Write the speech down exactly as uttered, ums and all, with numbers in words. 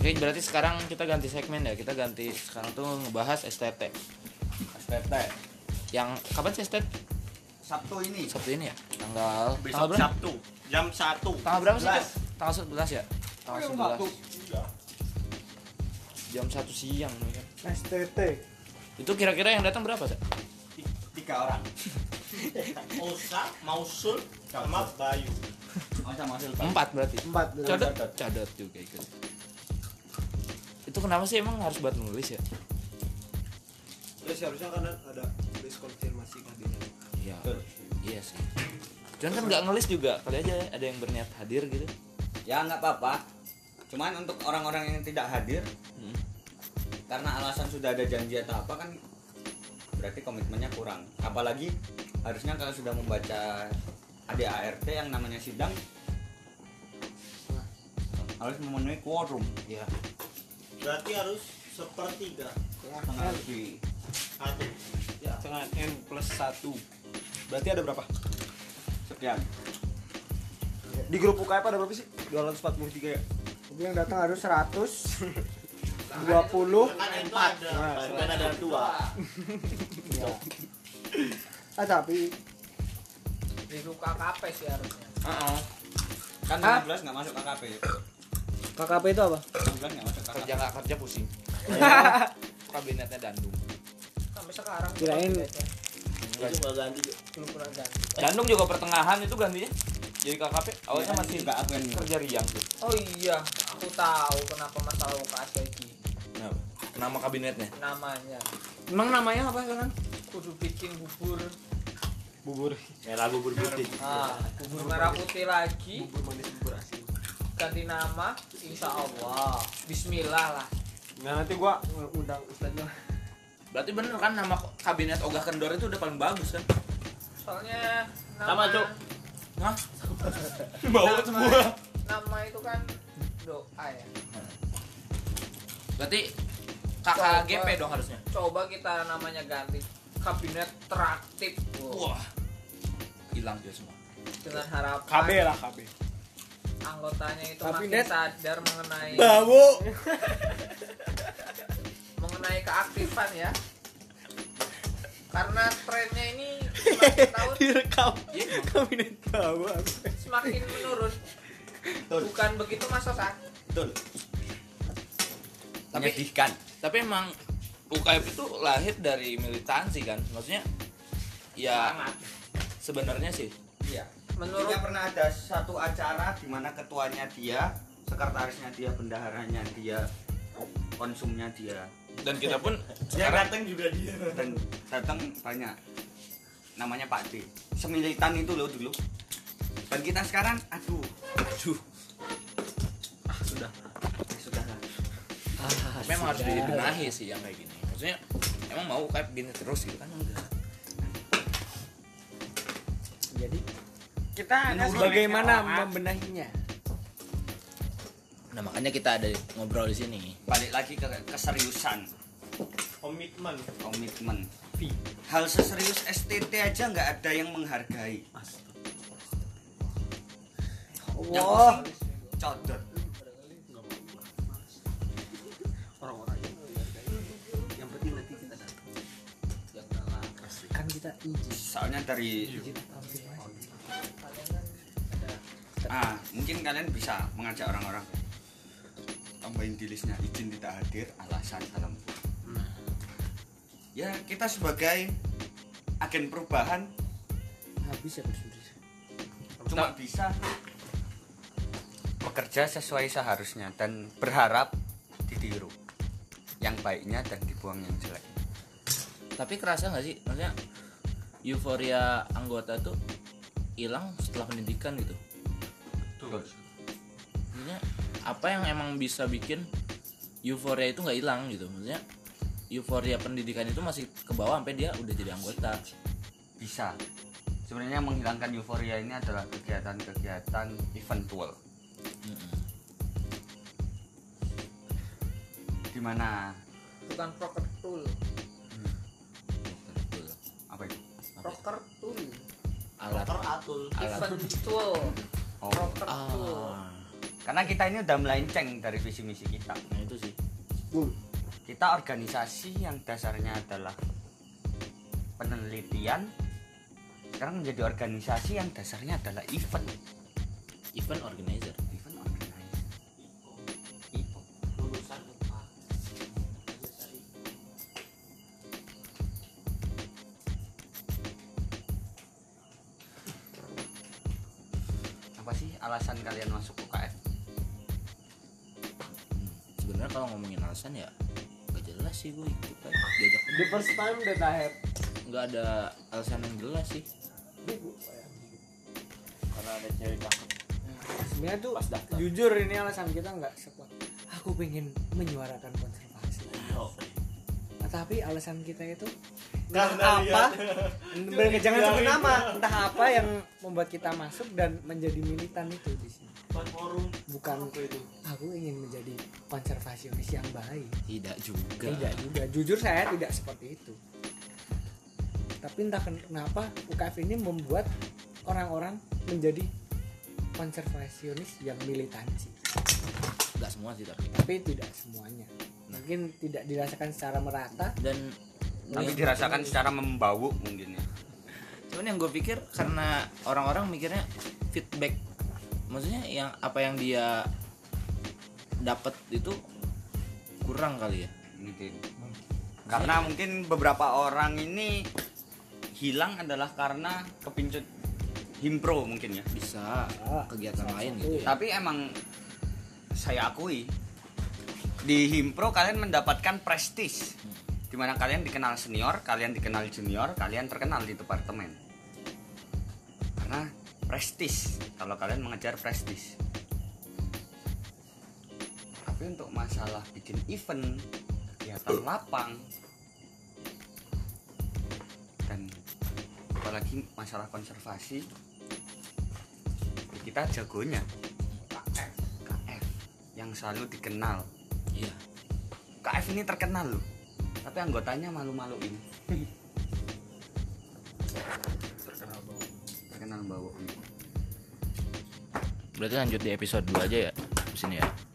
Oke, berarti sekarang kita ganti segmen ya. Kita ganti sekarang tuh ngebahas S T T. S T T. Yang kapan sih S T T? Sabtu ini. Sabtu ini ya? Tanggal Besok tanggal berapa? Sabtu jam satu. Tanggal berapa sih? sebelas. Kak? Tanggal sebelas ya? Tanggal sebelas. Jam satu siang nih kan. S T T. Itu kira-kira yang datang berapa, Sa? Tiga orang. Osa, Mausul, sama Bayu. Masa masuk Empat berarti. Empat. Cadat, cadat juga ikut. Itu kenapa sih emang harus buat nulis ya? Terus harusnya kan ada list konfirmasi kabinet. Iya. Iya sih. Cuman kan nggak ngelis juga, kali aja ada yang berniat hadir gitu. Ya nggak apa-apa. Cuman untuk orang-orang yang tidak hadir, Hmm. karena alasan sudah ada janji atau apa kan, berarti komitmennya kurang. Apalagi harusnya kalau sudah membaca A D A R T yang namanya sidang harus memenuhi quorum. Iya. Berarti harus sepertiga. Setengah lebih. Satu. Ya. Dengan N plus satu. Berarti ada berapa? Sekian. Di grup U K F ada berapa sih? dua ratus empat puluh tiga ya? Jadi yang datang harus seratus dua puluh. Kan itu ada. Nah, Kan ada dua. Ya. Ah tapi Di K K P sih harusnya. Heeh. Kan Hah? enam belas nggak masuk K K P. K K P itu apa? enam belas nggak masuk K K P. Kerja nggak kerja pusing. Kabinetnya Dandung. Sampai sekarang Kirain- kabinetnya Itu nggak ganti juga. belum pernah ganti. Dandung juga pertengahan itu gantinya jadi K K P. Awalnya Iya, masih juga aku yang kerja riang tuh. Oh iya, aku tahu kenapa masalah U K S lagi Nah, nama kabinetnya. namanya. Emang namanya apa sekarang? Kudu bikin bubur. Bubur. Merah bubur putih. Ah, bubur merah putih lagi. Bubur manis bubur asin. Ganti nama, insya Allah. Bismillah lah. Nah nanti gua undang ustadznya. Berarti bener kan nama kabinet Ogah Kendor itu udah paling bagus kan? Soalnya nama, Sama, Cuk. Hah? Bawa semua. Nama itu kan doa ya. Berarti K K G P dong harusnya. Coba kita namanya ganti kabinet teraktif. Wah. Hilang dia semua. Dengan harapan K B lah K B. anggotanya itu Kabinet. makin sadar mengenai Bawo. mengenai keaktifan ya. Karena trennya ini semakin tahun Direkam. Iya, emang. Kabinet bawo. semakin menurun. Bukan begitu Mas Sosa? Betul. Tapi- Menyedihkan. Tapi emang U K F itu lahir dari militansi kan? Maksudnya ya Sangat. sebenarnya sih. Iya. Menurut Menurut pernah ada satu acara di mana ketuanya dia, sekretarisnya dia, bendaharanya dia, konsumnya dia, Dan kita pun Yang sekarang datang juga dia. dan datang banyak. Namanya Pak D. Semilitan itu loh dulu. Dan kita sekarang, aduh, aduh. Ah sudah, ah, sudah lah. tapi emang harus dibenahi sih yang kayak gini. Maksudnya emang mau U K F gini terus gitu kan enggak. Jadi kita Menurut bagaimana mereka, membenahinya? Nah, makanya kita ada ngobrol di sini. Balik lagi ke keseriusan, Komitmen. komitmen. Hal seserius S T T aja nggak ada yang menghargai. Yang Wah, penting codot. Orang-orang yang menghargai. Yang penting nanti kita kan kita izin. Soalnya dari Izin konfirmasi. ah mungkin kalian bisa mengajak orang-orang tambahin di listnya izin tidak hadir alasan salam. Ya kita sebagai agen perubahan Habis ya bersudut. cuma bisa bekerja sesuai seharusnya dan berharap ditiru yang baiknya dan dibuang yang jelek. Tapi kerasa nggak sih, maksudnya euforia anggota tuh hilang setelah pendidikan gitu. Maksudnya apa yang emang bisa bikin euforia itu nggak hilang gitu? Maksudnya euforia pendidikan itu masih ke bawah sampai dia udah jadi anggota. Bisa. Sebenarnya menghilangkan euforia ini adalah kegiatan-kegiatan eventual. Mm-mm. Di mana bukan proker tool, Betul. apa itu? proker tool, Alat Dokter Atul. alat event tool, Oh, proker tool. ah. Karena kita ini udah melenceng dari visi misi kita. Nah itu sih. Kita organisasi yang dasarnya adalah penelitian, sekarang menjadi organisasi yang dasarnya adalah event. Event organizer. Event organizer. I O. Lulusan apa? Apa sih alasan kalian masuk U K F? Hmm, sebenarnya kalau ngomongin alasan ya gak jelas sih gue ikut aja diajak. The first time that I have Nggak ada alasan yang jelas sih. Karena ada cewek cakep. sebenarnya tuh Pas daftar. jujur ini alasan kita nggak sekuat aku pengen menyuarakan konservasi. Oh. Nah, tapi alasan kita itu Nah, entah nah, apa lihat. jangan sebut nama, entah apa yang membuat kita masuk dan menjadi militan itu di sini. Bukan forum. Bukan Apa itu? aku ingin menjadi konservasionis yang baik. Tidak juga. Tidak juga, jujur saya tidak seperti itu. Tapi entah kenapa U K F ini membuat orang-orang menjadi konservasionis yang militansi. Nggak semua sih tapi. Tapi tidak semuanya. Mungkin tidak dirasakan secara merata. Dan Tapi yang- dirasakan secara membau mungkin ya. cuman yang gue pikir karena orang-orang mikirnya feedback, maksudnya yang apa yang dia dapat itu kurang kali ya. Mungkin. Karena mungkin beberapa orang ini hilang adalah karena kepincut himpro mungkin ya. Bisa Ah, kegiatan salah lain satu. gitu ya. Tapi emang saya akui di himpro kalian mendapatkan prestis, dimana kalian dikenal senior, kalian dikenal junior, kalian terkenal di departemen. Karena prestis, kalau kalian mengejar prestis. Tapi untuk masalah bikin event, kegiatan lapang, dan apalagi masalah konservasi, kita jagonya K F, K F yang selalu dikenal. Iya. K F ini terkenal loh, tapi anggotanya malu-maluin. Terkenal banget. Terkenal bau. Berarti lanjut di episode dua aja ya di sini ya.